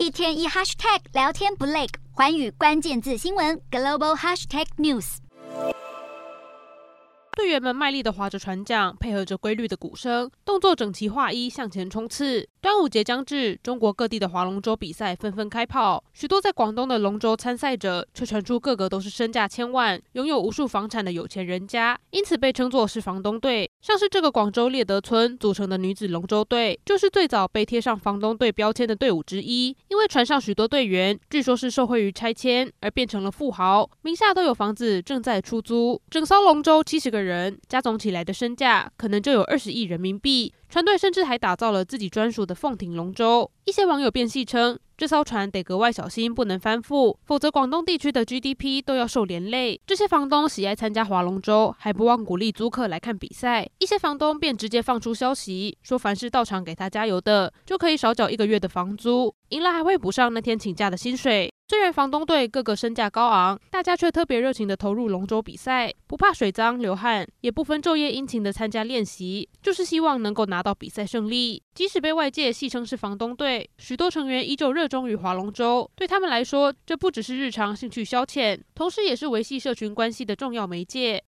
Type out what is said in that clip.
一天一 hashtag 聊天不累，寰宇关键字新闻 global hashtag news。 队员们卖力地划着船桨，配合着规律的鼓声，动作整齐划一，向前冲刺。端午节将至，中国各地的划龙舟比赛纷纷开跑，许多在广东的龙舟参赛者却传出个个都是身价千万、拥有无数房产的有钱人家，因此被称作是房东队。像是这个广州猎德村组成的女子龙舟队，就是最早被贴上房东队标签的队伍之一。因为船上许多队员据说是受惠于拆迁而变成了富豪，名下都有房子正在出租。整艘龙舟70个人加总起来的身价可能就有20亿人民币。船队甚至还打造了自己专属的凤艇龙舟。一些网友便戏称，这艘船得格外小心，不能翻覆，否则广东地区的 GDP 都要受连累。这些房东喜爱参加划龙舟，还不忘鼓励租客来看比赛。一些房东便直接放出消息，说凡是到场给他加油的，就可以少缴1个月的房租，赢了还会补上那天请假的薪水。虽然房东队个个身价高昂，大家却特别热情地投入龙舟比赛，不怕水脏流汗，也不分昼夜殷勤地参加练习，就是希望能够拿到比赛胜利。即使被外界戏称是房东队，许多成员依旧热衷于划龙舟。对他们来说，这不只是日常兴趣消遣，同时也是维系社群关系的重要媒介。